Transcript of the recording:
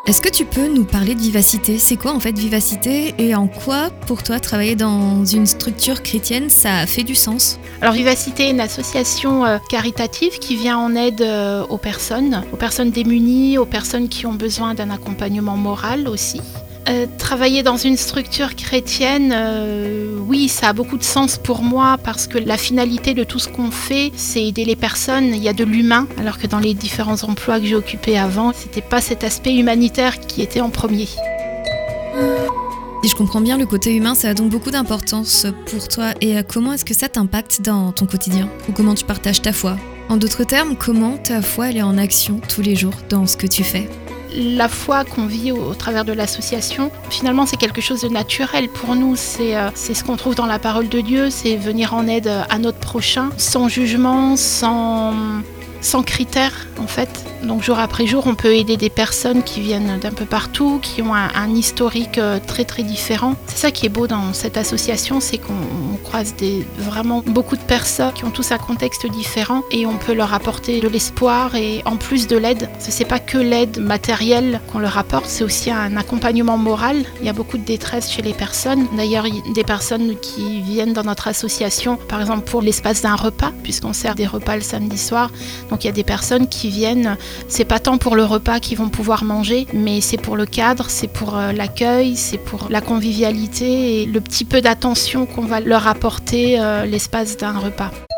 Est-ce que tu peux nous parler de Vivacité? C'est quoi en fait Vivacité et en quoi pour toi travailler dans une structure chrétienne ça a fait du sens? Alors Vivacité est une association caritative qui vient en aide aux personnes démunies, aux personnes qui ont besoin d'un accompagnement moral aussi. Travailler dans une structure chrétienne, oui, ça a beaucoup de sens pour moi parce que la finalité de tout ce qu'on fait, c'est aider les personnes. Il y a de l'humain, alors que dans les différents emplois que j'ai occupés avant, c'était pas cet aspect humanitaire qui était en premier. Si je comprends bien, le côté humain, ça a donc beaucoup d'importance pour toi. Et comment est-ce que ça t'impacte dans ton quotidien? Ou comment tu partages ta foi? En d'autres termes, comment ta foi elle est en action tous les jours dans ce que tu fais? La foi qu'on vit au travers de l'association, finalement, c'est quelque chose de naturel pour nous. C'est ce qu'on trouve dans la parole de Dieu, c'est venir en aide à notre prochain, sans jugement, sans critères, en fait. Donc jour après jour, on peut aider des personnes qui viennent d'un peu partout, qui ont un historique très très différent. C'est ça qui est beau dans cette association, c'est qu'on croise vraiment beaucoup de personnes qui ont tous un contexte différent et on peut leur apporter de l'espoir et en plus de l'aide. C'est pas que l'aide matérielle qu'on leur apporte, c'est aussi un accompagnement moral. Il y a beaucoup de détresse chez les personnes. D'ailleurs, il y a des personnes qui viennent dans notre association, par exemple pour l'espace d'un repas, puisqu'on sert des repas le samedi soir. Donc il y a des personnes qui viennent. C'est pas tant pour le repas qu'ils vont pouvoir manger, mais c'est pour le cadre, c'est pour l'accueil, c'est pour la convivialité et le petit peu d'attention qu'on va leur apporter l'espace d'un repas.